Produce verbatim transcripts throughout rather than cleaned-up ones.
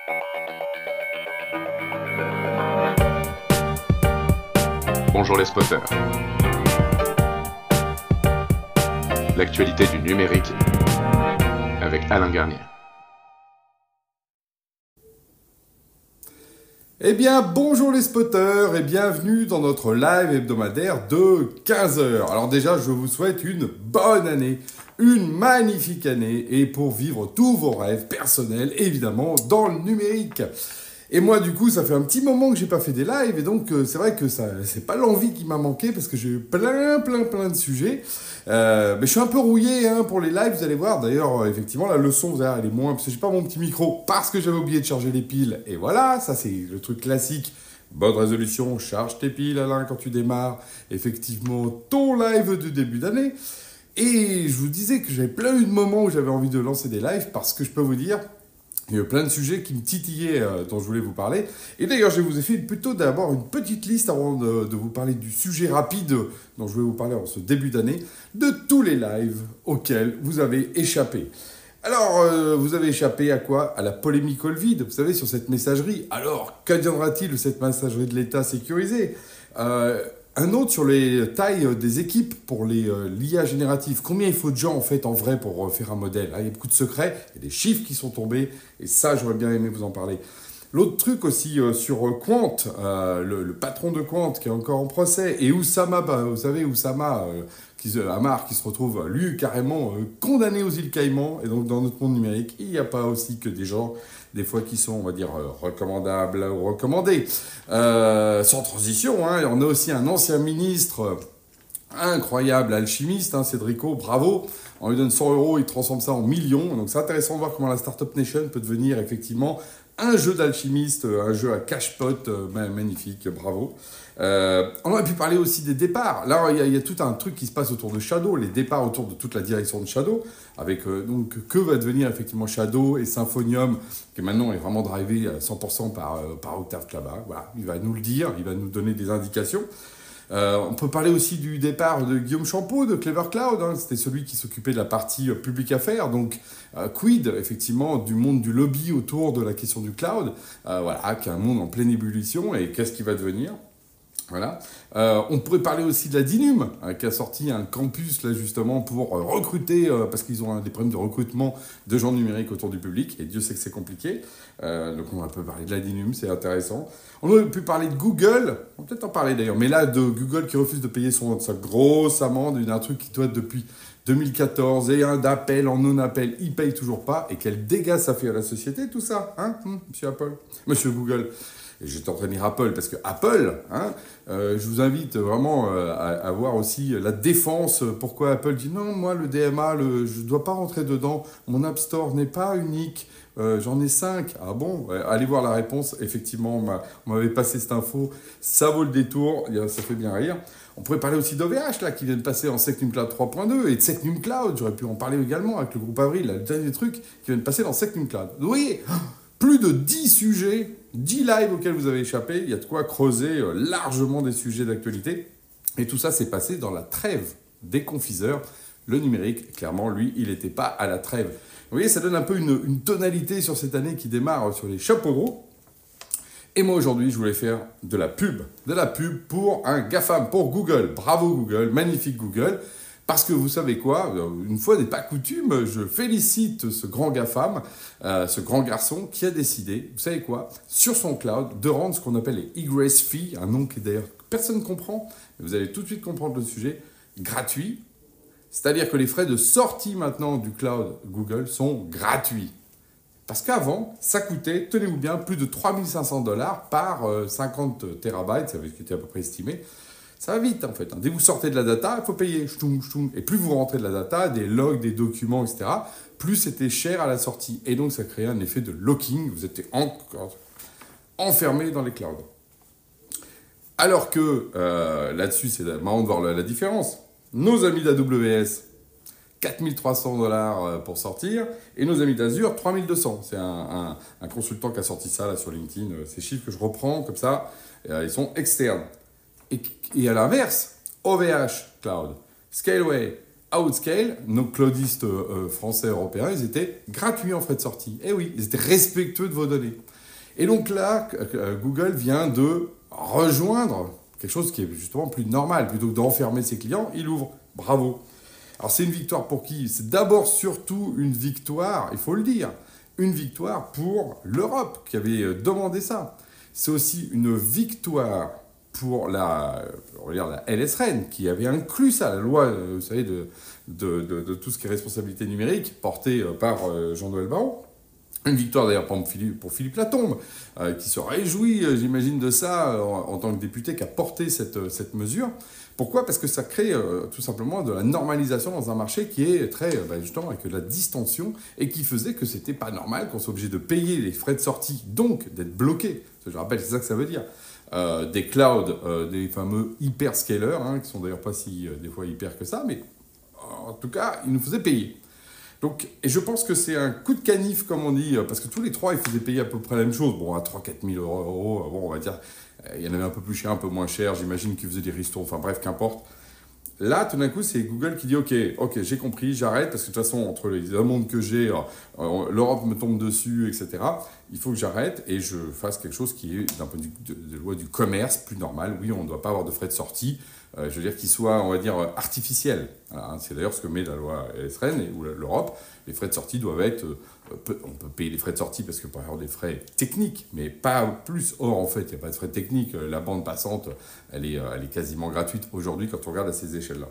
Bonjour les spotters. L'actualité du numérique avec Alain Garnier. Eh bien, bonjour les spotters et bienvenue dans notre live hebdomadaire de quinze heures. Alors déjà, je vous souhaite une bonne année, une magnifique année et pour vivre tous vos rêves personnels, évidemment, dans le numérique. Et moi, du coup, ça fait un petit moment que j'ai pas fait des lives et donc euh, c'est vrai que ça, c'est pas l'envie qui m'a manqué parce que j'ai eu plein, plein, plein de sujets. Euh, mais je suis un peu rouillé hein, pour les lives, vous allez voir. D'ailleurs, euh, effectivement, la leçon, vous allez voir, elle est moins parce que j'ai pas mon petit micro parce que j'avais oublié de charger les piles. Et voilà, ça c'est le truc classique. Bonne résolution, charge tes piles, Alain, quand tu démarres. Effectivement, ton live du début d'année. Et je vous disais que j'avais plein eu de moments où j'avais envie de lancer des lives parce que je peux vous dire. Il y a plein de sujets qui me titillaient, euh, dont je voulais vous parler. Et d'ailleurs, je vous ai fait plutôt d'abord une petite liste avant de, de vous parler du sujet rapide dont je vais vous parler en ce début d'année, de tous les lives auxquels vous avez échappé. Alors, euh, vous avez échappé à quoi? À la polémique Covid, vous savez, sur cette messagerie. Alors, qu'adviendra-t-il de cette messagerie de l'État sécurisée? euh, Un autre sur les tailles des équipes pour les, euh, l'I A générative. Combien il faut de gens, en fait, en vrai, pour euh, faire un modèle? Il y a beaucoup de secrets, il y a des chiffres qui sont tombés, et ça, j'aurais bien aimé vous en parler. L'autre truc aussi euh, sur euh, Quant, euh, le, le patron de Quant qui est encore en procès, et Oussama, bah, vous savez, Oussama euh, qui, euh, Ammar, qui se retrouve, lui, carrément euh, condamné aux îles Caïmans, et donc dans notre monde numérique, il n'y a pas aussi que des gens, des fois, qui sont, on va dire, euh, recommandables ou recommandés. Euh, sans transition, hein, on a aussi un ancien ministre... Euh, incroyable alchimiste, hein, Cédrico, bravo. On lui donne cent euros, il transforme ça en millions. Donc c'est intéressant de voir comment la Startup Nation peut devenir effectivement un jeu d'alchimiste, un jeu à cache-pot, euh, magnifique, bravo. Euh, on aurait pu parler aussi des départs. Là, il y, y a tout un truc qui se passe autour de Shadow, les départs autour de toute la direction de Shadow, avec euh, donc que va devenir effectivement Shadow et Symfonium, qui maintenant est vraiment drivé à cent pour cent par, euh, par Octave Klaba. Voilà, il va nous le dire, il va nous donner des indications. Euh, on peut parler aussi du départ de Guillaume Champeau de Clever Cloud, hein. C'était celui qui s'occupait de la partie euh, public affaires, donc euh, quid effectivement du monde du lobby autour de la question du cloud, euh, voilà, qui est un monde en pleine ébullition et qu'est-ce qui va devenir? Voilà. Euh, on pourrait parler aussi de la Dinum, hein, qui a sorti un campus là justement pour euh, recruter, euh, parce qu'ils ont hein, des problèmes de recrutement de gens numériques autour du public, et Dieu sait que c'est compliqué. Euh, donc on va peut parler de la Dinum, c'est intéressant. On aurait pu parler de Google, on va peut-être en parler d'ailleurs, mais là de Google qui refuse de payer son, sa grosse amende, d'un truc qui doit être depuis deux mille quatorze, et un d'appel en non-appel, il paye toujours pas, et quel dégâts ça fait à la société tout ça, hein, hum, monsieur Apple, monsieur Google. Et je vais en train de dire Apple, parce que Apple, hein, euh, je vous invite vraiment euh, à, à voir aussi la défense. Pourquoi Apple dit non, moi le D M A, le, je ne dois pas rentrer dedans, mon App Store n'est pas unique, euh, j'en ai cinq. Ah bon? Ouais, allez voir la réponse, effectivement, on, m'a, on m'avait passé cette info, ça vaut le détour, ça fait bien rire. On pourrait parler aussi d'O V H, là, qui vient de passer en Secnum Cloud trois point deux, et de Secnum Cloud, j'aurais pu en parler également avec le groupe Avril, là, le dernier truc qui vient de passer dans Secnum Cloud. Vous voyez, plus de dix sujets, dix lives auxquels vous avez échappé. Il y a de quoi creuser largement des sujets d'actualité. Et tout ça s'est passé dans la trêve des confiseurs. Le numérique, clairement, lui, il n'était pas à la trêve. Vous voyez, ça donne un peu une, une tonalité sur cette année qui démarre sur les chapeaux de roue. Et moi, aujourd'hui, je voulais faire de la pub. De la pub pour un GAFAM, pour Google. Bravo Google, magnifique Google. Parce que vous savez quoi, une fois n'est pas coutume, je félicite ce grand GAFAM, euh, ce grand garçon qui a décidé, vous savez quoi, sur son cloud, de rendre ce qu'on appelle les egress fees, un nom qui d'ailleurs personne ne comprend, mais vous allez tout de suite comprendre le sujet, gratuit. C'est-à-dire que les frais de sortie maintenant du cloud Google sont gratuits. Parce qu'avant, ça coûtait, tenez-vous bien, plus de trois mille cinq cents dollars par euh, cinquante térabytes, ça avait été à peu près estimé. Ça va vite en fait. Dès que vous sortez de la data, il faut payer. Et plus vous rentrez de la data, des logs, des documents, et cetera, plus c'était cher à la sortie. Et donc ça créait un effet de locking. Vous étiez encore enfermé dans les clouds. Alors que euh, là-dessus, c'est marrant de voir la, la différence. Nos amis d'A W S, quatre mille trois cents dollars pour sortir, et nos amis d'Azure, trois mille deux cents. C'est un, un, un consultant qui a sorti ça là, sur LinkedIn. Ces chiffres que je reprends comme ça, euh, ils sont externes. Et, et à l'inverse, O V H Cloud, Scaleway, Outscale, nos cloudistes euh, français, européens, ils étaient gratuits en frais de sortie. Eh oui, ils étaient respectueux de vos données. Et donc là, Google vient de rejoindre quelque chose qui est justement plus normal. Plutôt que d'enfermer ses clients, il ouvre. Bravo. Alors c'est une victoire pour qui? C'est d'abord surtout une victoire, il faut le dire, une victoire pour l'Europe qui avait demandé ça. C'est aussi une victoire pour la, on va dire la L S R N qui avait inclus ça, la loi, vous savez, de, de, de, de tout ce qui est responsabilité numérique, portée par Jean-Noël Barrot. Une victoire d'ailleurs pour Philippe, pour Philippe Latombe, euh, qui se réjouit, euh, j'imagine, de ça euh, en, en tant que député qui a porté cette, cette mesure. Pourquoi? Parce que ça crée euh, tout simplement de la normalisation dans un marché qui est très, euh, bah, justement, avec de la distension et qui faisait que c'était pas normal qu'on soit obligé de payer les frais de sortie, donc d'être bloqué. Je rappelle, c'est ça que ça veut dire. Euh, des clouds, euh, des fameux hyperscalers, hein, qui sont d'ailleurs pas si, euh, des fois, hyper que ça, mais en tout cas, ils nous faisaient payer. Donc, et je pense que c'est un coup de canif, comme on dit, parce que tous les trois, ils faisaient payer à peu près la même chose. Bon, à trois à quatre mille euros, bon, on va dire, il y en avait un peu plus cher, un peu moins cher, j'imagine qu'ils faisaient des ristournes, enfin bref, qu'importe. Là, tout d'un coup, c'est Google qui dit « Ok, ok, j'ai compris, j'arrête, parce que de toute façon, entre les demandes que j'ai, euh, l'Europe me tombe dessus, et cetera, il faut que j'arrête et je fasse quelque chose qui est, d'un point de vue de, de loi du commerce, plus normal. Oui, on ne doit pas avoir de frais de sortie. Euh, je veux dire qu'il soit, on va dire, artificiel. Voilà, hein, c'est d'ailleurs ce que met la loi L S R N ou l'Europe. Les frais de sortie doivent être... Euh, peu, on peut payer les frais de sortie parce qu'il peut y avoir des frais techniques, mais pas plus. Or, en fait, il n'y a pas de frais techniques. La bande passante, elle est, elle est quasiment gratuite aujourd'hui quand on regarde à ces échelles-là.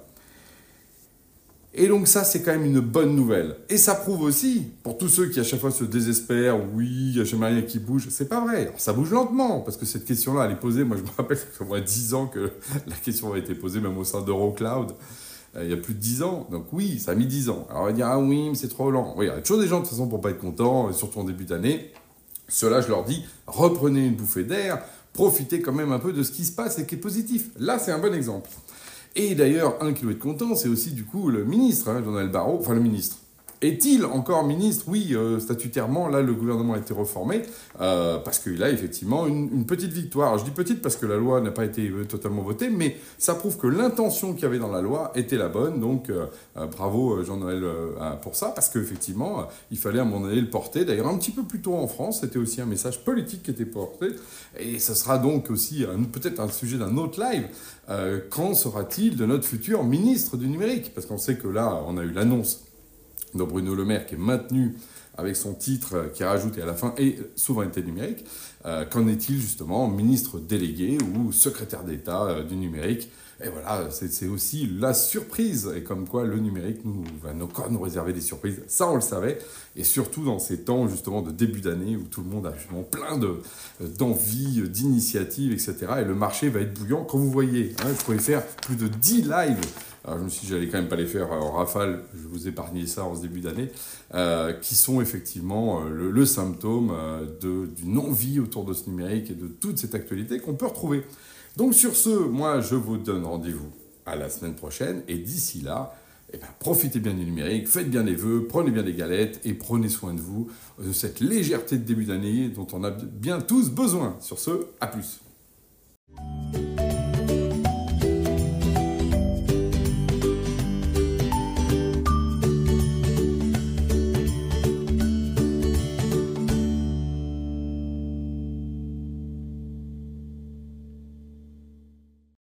Et donc ça, c'est quand même une bonne nouvelle. Et ça prouve aussi, pour tous ceux qui à chaque fois se désespèrent, oui, il n'y a jamais rien qui bouge, c'est pas vrai. Alors, ça bouge lentement, parce que cette question-là, elle est posée, moi je me rappelle, ça fait au moins dix ans que la question a été posée, même au sein d'Eurocloud, euh, il y a plus de dix ans. Donc oui, ça a mis dix ans. Alors on va dire, ah oui, mais c'est trop lent. Oui, il y a toujours des gens, de toute façon, pour pas être contents, surtout en début d'année. Ceux-là, je leur dis, reprenez une bouffée d'air, profitez quand même un peu de ce qui se passe et qui est positif. Là, c'est un bon exemple. Et d'ailleurs, un qui doit être content, c'est aussi du coup le ministre, hein, Jean-Noël Barrot, enfin le ministre. Est-il encore ministre? Oui, euh, statutairement, là, le gouvernement a été reformé, euh, parce qu'il a effectivement une, une petite victoire. Alors, je dis petite parce que la loi n'a pas été euh, totalement votée, mais ça prouve que l'intention qu'il y avait dans la loi était la bonne. Donc, euh, euh, bravo Jean-Noël euh, pour ça, parce qu'effectivement, euh, il fallait à un moment donné le porter. D'ailleurs, un petit peu plus tôt en France, c'était aussi un message politique qui était porté. Et ce sera donc aussi peut-être un sujet d'un autre live. Euh, quand sera-t-il de notre futur ministre du numérique? Parce qu'on sait que là, on a eu l'annonce de Bruno Le Maire qui est maintenu avec son titre qui est rajouté à la fin et souveraineté numérique. Euh, qu'en est-il justement ministre délégué ou secrétaire d'État euh, du numérique? Et voilà, c'est aussi la surprise. Et comme quoi le numérique nous, va encore nous réserver des surprises. Ça, on le savait. Et surtout dans ces temps justement de début d'année où tout le monde a justement plein d'envie, de, d'initiatives, et cetera. Et le marché va être bouillant. Quand vous voyez, hein, je pourrais faire plus de dix lives. Alors je me suis dit, j'allais quand même pas les faire en rafale, je vous ai épargné ça en ce début d'année, euh, qui sont effectivement euh, le, le symptôme euh, d'une envie autour de ce numérique et de toute cette actualité qu'on peut retrouver. Donc sur ce, moi je vous donne rendez-vous à la semaine prochaine, et d'ici là, eh ben, profitez bien du numérique, faites bien les vœux, prenez bien des galettes, et prenez soin de vous, de cette légèreté de début d'année dont on a bien tous besoin. Sur ce, à plus.